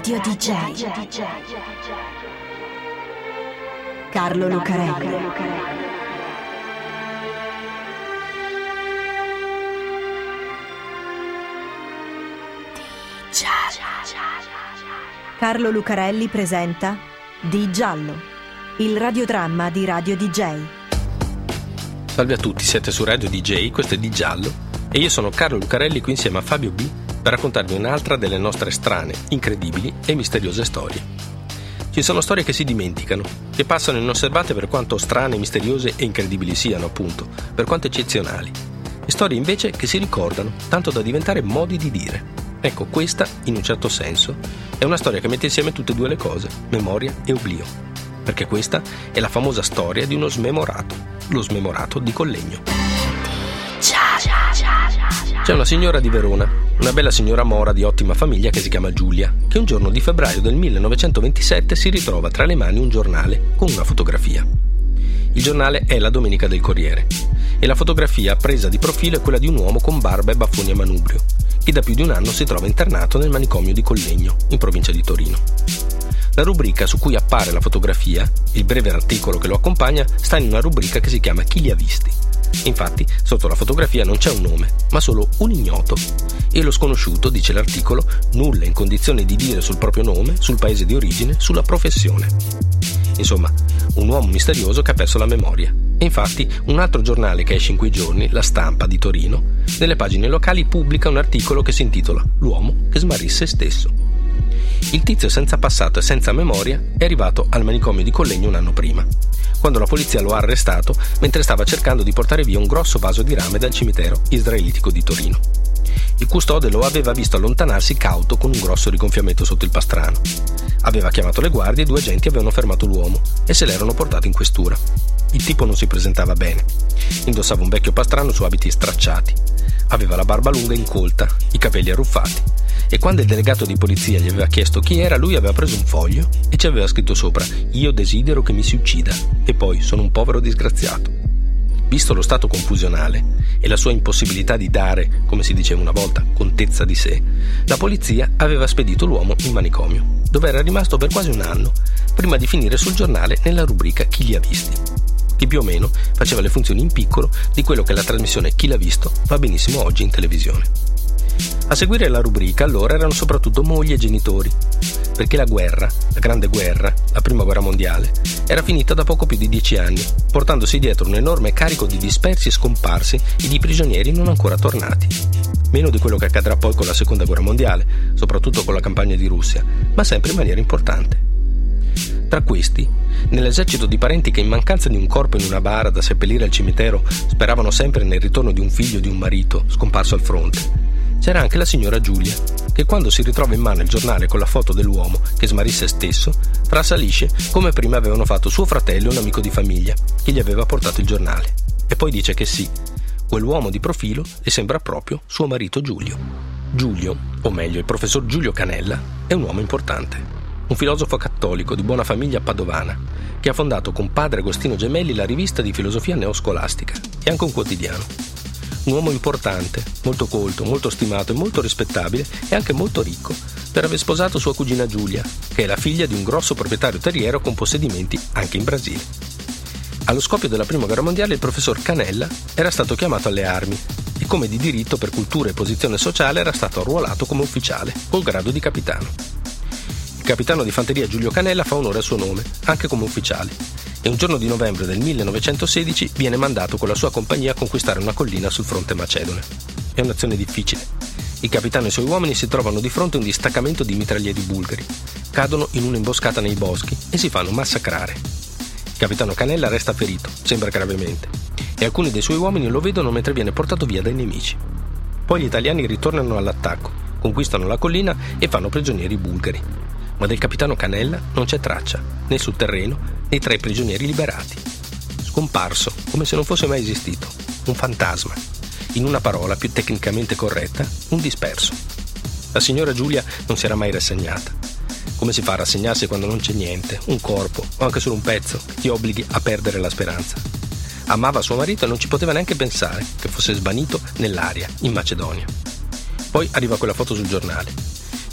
Radio DJ. Carlo Lucarelli. Carlo Lucarelli presenta Di Giallo, il radiodramma di Radio DJ. Salve a tutti, siete su Radio DJ, questo è Di Giallo e io sono Carlo Lucarelli qui insieme a Fabio B per raccontarvi un'altra delle nostre strane, incredibili e misteriose storie. Ci sono storie che si dimenticano, che passano inosservate per quanto strane, misteriose e incredibili siano, appunto, per quanto eccezionali. E storie invece che si ricordano, tanto da diventare modi di dire. Ecco, questa, in un certo senso, è una storia che mette insieme tutte e due le cose, memoria e oblio. Perché questa è la famosa storia di uno smemorato, lo smemorato di Collegno. C'è una signora di Verona, una bella signora mora di ottima famiglia che si chiama Giulia, che un giorno di febbraio del 1927 si ritrova tra le mani un giornale con una fotografia. Il giornale è La Domenica del Corriere e la fotografia presa di profilo è quella di un uomo con barba e baffoni a manubrio, che da più di un anno si trova internato nel manicomio di Collegno, in provincia di Torino. La rubrica su cui appare la fotografia, il breve articolo che lo accompagna, sta in una rubrica che si chiama Chi li ha visti. Infatti, sotto la fotografia non c'è un nome, ma solo un ignoto. E lo sconosciuto, dice l'articolo, nulla è in condizione di dire sul proprio nome, sul paese di origine, sulla professione. Insomma, un uomo misterioso che ha perso la memoria. E infatti, un altro giornale che esce in quei giorni, La Stampa di Torino, nelle pagine locali pubblica un articolo che si intitola L'uomo che smarrì se stesso. Il tizio senza passato e senza memoria è arrivato al manicomio di Collegno un anno prima, quando la polizia lo ha arrestato mentre stava cercando di portare via un grosso vaso di rame dal cimitero israelitico di Torino. Il custode lo aveva visto allontanarsi cauto con un grosso rigonfiamento sotto il pastrano. Aveva chiamato le guardie e 2 agenti avevano fermato l'uomo e se l'erano portato in questura. Il tipo non si presentava bene. Indossava un vecchio pastrano su abiti stracciati. Aveva la barba lunga e incolta, i capelli arruffati. E quando il delegato di polizia gli aveva chiesto chi era, lui aveva preso un foglio e ci aveva scritto sopra: io desidero che mi si uccida e poi sono un povero disgraziato. Visto lo stato confusionale e la sua impossibilità di dare, come si diceva una volta, contezza di sé, la polizia aveva spedito l'uomo in manicomio, dove era rimasto per quasi un anno, prima di finire sul giornale nella rubrica Chi li ha visti, che più o meno faceva le funzioni in piccolo di quello che la trasmissione Chi l'ha visto fa benissimo oggi in televisione. A seguire la rubrica allora erano soprattutto mogli e genitori, perché la guerra, la grande guerra, la prima guerra mondiale, era finita da poco più di 10 anni, portandosi dietro un enorme carico di dispersi e scomparsi e di prigionieri non ancora tornati. Meno di quello che accadrà poi con la seconda guerra mondiale, soprattutto con la campagna di Russia, ma sempre in maniera importante. Tra questi, nell'esercito di parenti che in mancanza di un corpo in una bara da seppellire al cimitero speravano sempre nel ritorno di un figlio o di un marito scomparso al fronte, c'era anche la signora Giulia, che quando si ritrova in mano il giornale con la foto dell'uomo che smarrì se stesso, trasalisce come prima avevano fatto suo fratello e un amico di famiglia, che gli aveva portato il giornale. E poi dice che sì, quell'uomo di profilo le sembra proprio suo marito Giulio. Giulio, o meglio il professor Giulio Canella, è un uomo importante. Un filosofo cattolico di buona famiglia padovana, che ha fondato con padre Agostino Gemelli la rivista di filosofia neoscolastica e anche un quotidiano. Un uomo importante, molto colto, molto stimato e molto rispettabile e anche molto ricco, per aver sposato sua cugina Giulia, che è la figlia di un grosso proprietario terriero con possedimenti anche in Brasile. Allo scoppio della Prima Guerra Mondiale il professor Canella era stato chiamato alle armi e come di diritto per cultura e posizione sociale era stato arruolato come ufficiale, col grado di capitano. Il capitano di fanteria Giulio Canella fa onore al suo nome, anche come ufficiale, e un giorno di novembre del 1916 viene mandato con la sua compagnia a conquistare una collina sul fronte macedone. È un'azione difficile. Il capitano e i suoi uomini si trovano di fronte a un distaccamento di mitraglieri bulgari, cadono in un'imboscata nei boschi e si fanno massacrare. Il capitano Canella resta ferito, sembra gravemente, e alcuni dei suoi uomini lo vedono mentre viene portato via dai nemici. Poi gli italiani ritornano all'attacco, conquistano la collina e fanno prigionieri i bulgari. Ma del capitano Canella non c'è traccia, né sul terreno né tra i prigionieri liberati. Scomparso, come se non fosse mai esistito, un fantasma. In una parola più tecnicamente corretta, un disperso. La signora Giulia non si era mai rassegnata. Come si fa a rassegnarsi quando non c'è niente, un corpo o anche solo un pezzo che ti obblighi a perdere la speranza? Amava suo marito e non ci poteva neanche pensare che fosse svanito nell'aria, in Macedonia. Poi arriva quella foto sul giornale.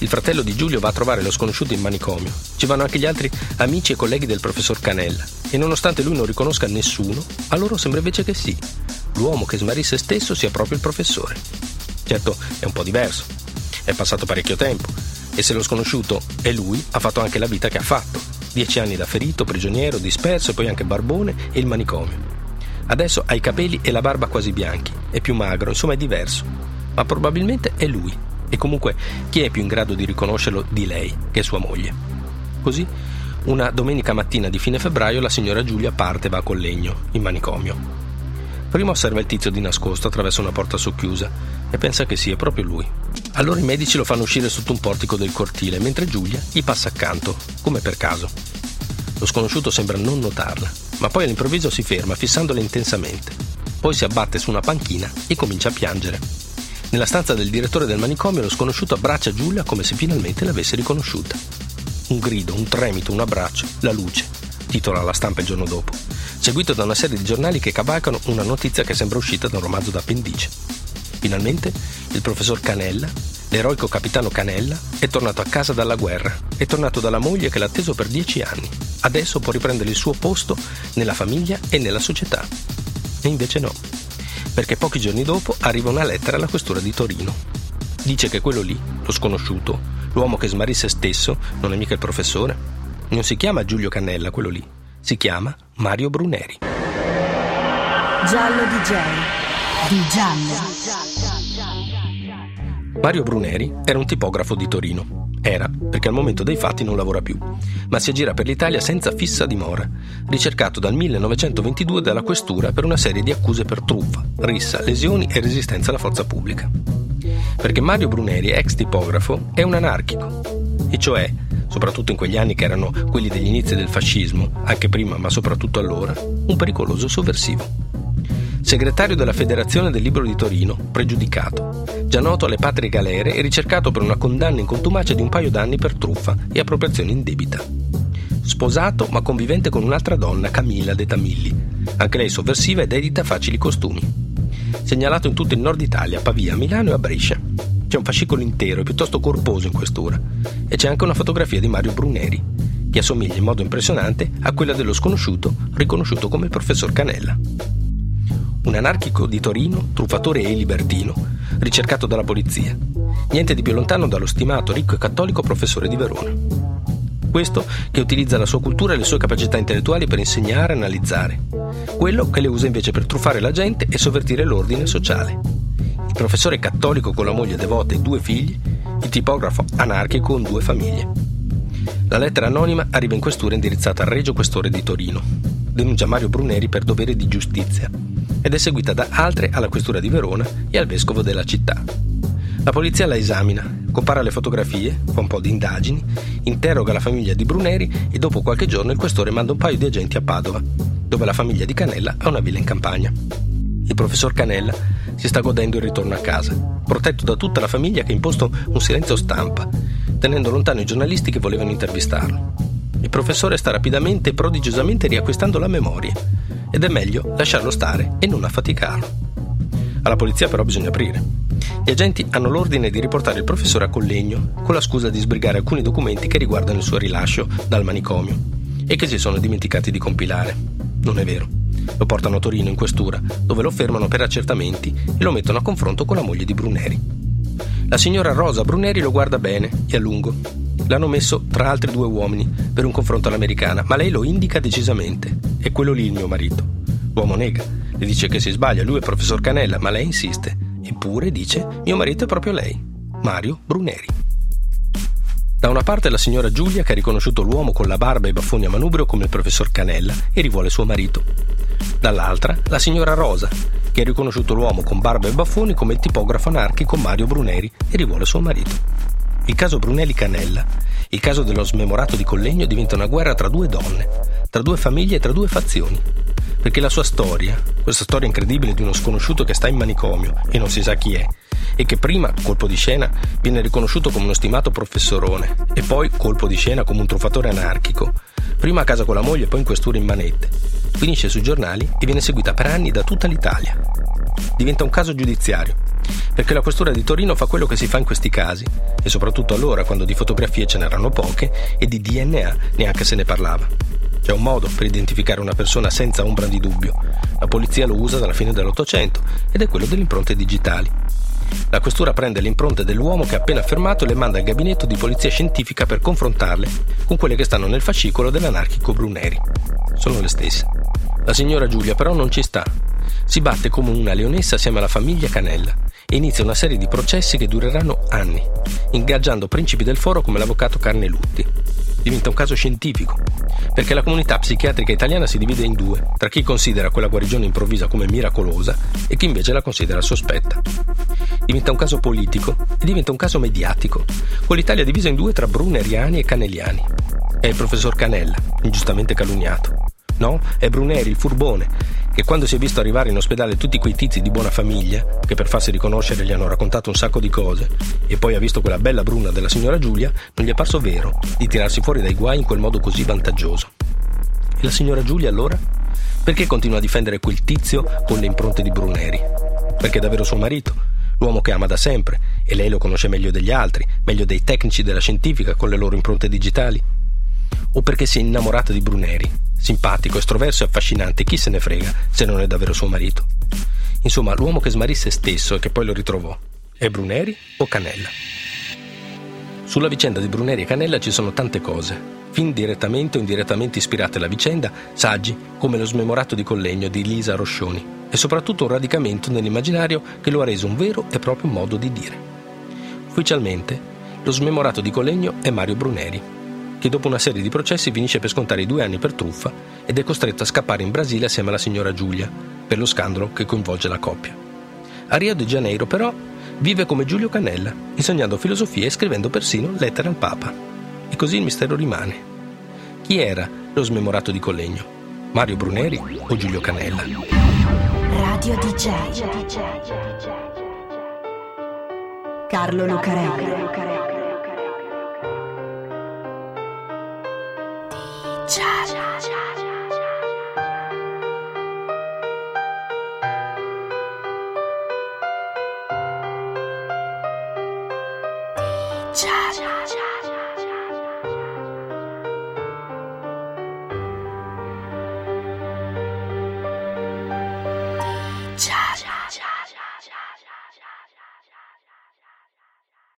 Il fratello di Giulio va a trovare lo sconosciuto in manicomio. Ci vanno anche gli altri amici e colleghi del professor Canella e nonostante lui non riconosca nessuno, a loro sembra invece che sì, l'uomo che smarrì se stesso sia proprio il professore. Certo, è un po' diverso. È passato parecchio tempo e se lo sconosciuto è lui, ha fatto anche la vita che ha fatto. 10 anni da ferito, prigioniero, disperso e poi anche barbone e il manicomio. Adesso ha i capelli e la barba quasi bianchi, è più magro, insomma è diverso. Ma probabilmente è lui. E comunque chi è più in grado di riconoscerlo di lei, che è sua moglie? Così, una domenica mattina di fine febbraio, la signora Giulia parte e va a Collegno, in manicomio. Prima osserva il tizio di nascosto attraverso una porta socchiusa e pensa che sia proprio lui. Allora i medici lo fanno uscire sotto un portico del cortile, mentre Giulia gli passa accanto, come per caso. Lo sconosciuto sembra non notarla, ma poi all'improvviso si ferma, fissandola intensamente. Poi si abbatte su una panchina e comincia a piangere. Nella stanza del direttore del manicomio lo sconosciuto abbraccia Giulia come se finalmente l'avesse riconosciuta. Un grido, un tremito, un abbraccio, la luce, titola La Stampa il giorno dopo, seguito da una serie di giornali che cavalcano una notizia che sembra uscita da un romanzo d'appendice. Finalmente il professor Canella, l'eroico capitano Canella, è tornato a casa dalla guerra, è tornato dalla moglie che l'ha atteso per 10 anni. Adesso può riprendere il suo posto nella famiglia e nella società. E invece no. Perché pochi giorni dopo arriva una lettera alla questura di Torino. Dice che quello lì, lo sconosciuto, l'uomo che smarrì se stesso, non è mica il professore. Non si chiama Giulio Cannella quello lì, si chiama Mario Bruneri. Giallo DJ di Giallo. Mario Bruneri era un tipografo di Torino. Era, perché al momento dei fatti non lavora più, ma si aggira per l'Italia senza fissa dimora, ricercato dal 1922 dalla questura per una serie di accuse per truffa, rissa, lesioni e resistenza alla forza pubblica. Perché Mario Bruneri, ex tipografo, è un anarchico, e cioè, soprattutto in quegli anni che erano quelli degli inizi del fascismo, anche prima ma soprattutto allora, un pericoloso sovversivo. Segretario della Federazione del Libro di Torino, pregiudicato, già noto alle patrie galere e ricercato per una condanna in contumacia di un paio d'anni per truffa e appropriazione indebita. Sposato ma convivente con un'altra donna, Camilla de Tamilli, anche lei sovversiva ed edita facili costumi. Segnalato in tutto il nord Italia, a Pavia, a Milano e a Brescia. C'è un fascicolo intero e piuttosto corposo in questura e c'è anche una fotografia di Mario Bruneri, che assomiglia in modo impressionante a quella dello sconosciuto riconosciuto come il professor Canella. Un anarchico di Torino, truffatore e libertino, ricercato dalla polizia. Niente di più lontano dallo stimato, ricco e cattolico professore di Verona. Questo che utilizza la sua cultura e le sue capacità intellettuali per insegnare e analizzare. Quello che le usa invece per truffare la gente e sovvertire l'ordine sociale. Il professore cattolico con la moglie devota e 2 figli, il tipografo anarchico con 2 famiglie. La lettera anonima arriva in questura indirizzata al Regio Questore di Torino. Denuncia Mario Bruneri per dovere di giustizia ed è seguita da altre alla questura di Verona e al vescovo della città. La polizia la esamina, compara le fotografie, fa un po' di indagini, interroga la famiglia di Bruneri e dopo qualche giorno il questore manda un paio di agenti a Padova, dove la famiglia di Canella ha una villa in campagna. Il professor Canella si sta godendo il ritorno a casa, protetto da tutta la famiglia che ha imposto un silenzio stampa, tenendo lontano i giornalisti che volevano intervistarlo. Il professore sta rapidamente e prodigiosamente riacquistando la memoria ed è meglio lasciarlo stare e non affaticarlo. Alla polizia però bisogna aprire. Gli agenti hanno l'ordine di riportare il professore a Collegno con la scusa di sbrigare alcuni documenti che riguardano il suo rilascio dal manicomio e che si sono dimenticati di compilare. Non è vero. Lo portano a Torino in questura, dove lo fermano per accertamenti e lo mettono a confronto con la moglie di Bruneri. La signora Rosa Bruneri lo guarda bene e a lungo. L'hanno messo tra altri 2 uomini per un confronto all'americana, ma lei lo indica decisamente. È quello lì il mio marito. L'uomo nega, le dice che si sbaglia, lui è il professor Canella, ma lei insiste. Eppure dice, mio marito è proprio lei, Mario Bruneri. Da una parte la signora Giulia, che ha riconosciuto l'uomo con la barba e i baffoni a manubrio come il professor Canella e rivuole suo marito. Dall'altra la signora Rosa, che ha riconosciuto l'uomo con barba e baffoni come il tipografo anarchico Mario Bruneri e rivuole suo marito. Il caso Brunelli-Canella, il caso dello smemorato di Collegno, diventa una guerra tra 2 donne, tra 2 famiglie e tra 2 fazioni. Perché la sua storia, questa storia incredibile di uno sconosciuto che sta in manicomio e non si sa chi è, e che prima, colpo di scena, viene riconosciuto come uno stimato professorone e poi, colpo di scena, come un truffatore anarchico, prima a casa con la moglie e poi in questura in manette. finisce sui giornali e viene seguita per anni da tutta l'Italia. Diventa un caso giudiziario, perché la questura di Torino fa quello che si fa in questi casi, e soprattutto allora, quando di fotografie ce n'erano poche e di DNA neanche se ne parlava. C'è un modo per identificare una persona senza ombra di dubbio. La polizia lo usa dalla fine dell'Ottocento ed è quello delle impronte digitali. La questura prende le impronte dell'uomo che ha appena fermato e le manda al gabinetto di polizia scientifica per confrontarle con quelle che stanno nel fascicolo dell'anarchico Bruneri. Sono le stesse. La signora Giulia però non ci sta. Si batte come una leonessa assieme alla famiglia Canella e inizia una serie di processi che dureranno anni, ingaggiando principi del foro come l'avvocato Carnelutti. Diventa un caso scientifico, perché la comunità psichiatrica italiana si divide in due, tra chi considera quella guarigione improvvisa come miracolosa e chi invece la considera sospetta. Diventa un caso politico e diventa un caso mediatico, con l'Italia divisa in due tra bruneriani e canelliani. È il professor Canella, ingiustamente calunniato. No, è Bruneri, il furbone, che quando si è visto arrivare in ospedale tutti quei tizi di buona famiglia, che per farsi riconoscere gli hanno raccontato un sacco di cose, e poi ha visto quella bella bruna della signora Giulia, non gli è parso vero di tirarsi fuori dai guai in quel modo così vantaggioso. E la signora Giulia allora? Perché continua a difendere quel tizio con le impronte di Bruneri? Perché è davvero suo marito, l'uomo che ama da sempre, e lei lo conosce meglio degli altri, meglio dei tecnici della scientifica con le loro impronte digitali? O perché si è innamorata di Bruneri, simpatico, estroverso e affascinante, chi se ne frega se non è davvero suo marito? Insomma, l'uomo che smarrì se stesso e che poi lo ritrovò, è Bruneri o Canella? Sulla vicenda di Bruneri e Canella ci sono tante cose, fin direttamente o indirettamente ispirate alla vicenda, saggi come Lo smemorato di Collegno di Lisa Roscioni, e soprattutto un radicamento nell'immaginario che lo ha reso un vero e proprio modo di dire. Ufficialmente, lo smemorato di Collegno è Mario Bruneri, che dopo una serie di processi finisce per scontare i 2 anni per truffa ed è costretto a scappare in Brasile assieme alla signora Giulia per lo scandalo che coinvolge la coppia. A Rio de Janeiro, però, vive come Giulio Canella, insegnando filosofia e scrivendo persino lettere al Papa. E così il mistero rimane. Chi era lo smemorato di Collegno? Mario Bruneri o Giulio Canella? Radio DJ Carlo Lucarelli. Cha cha cha.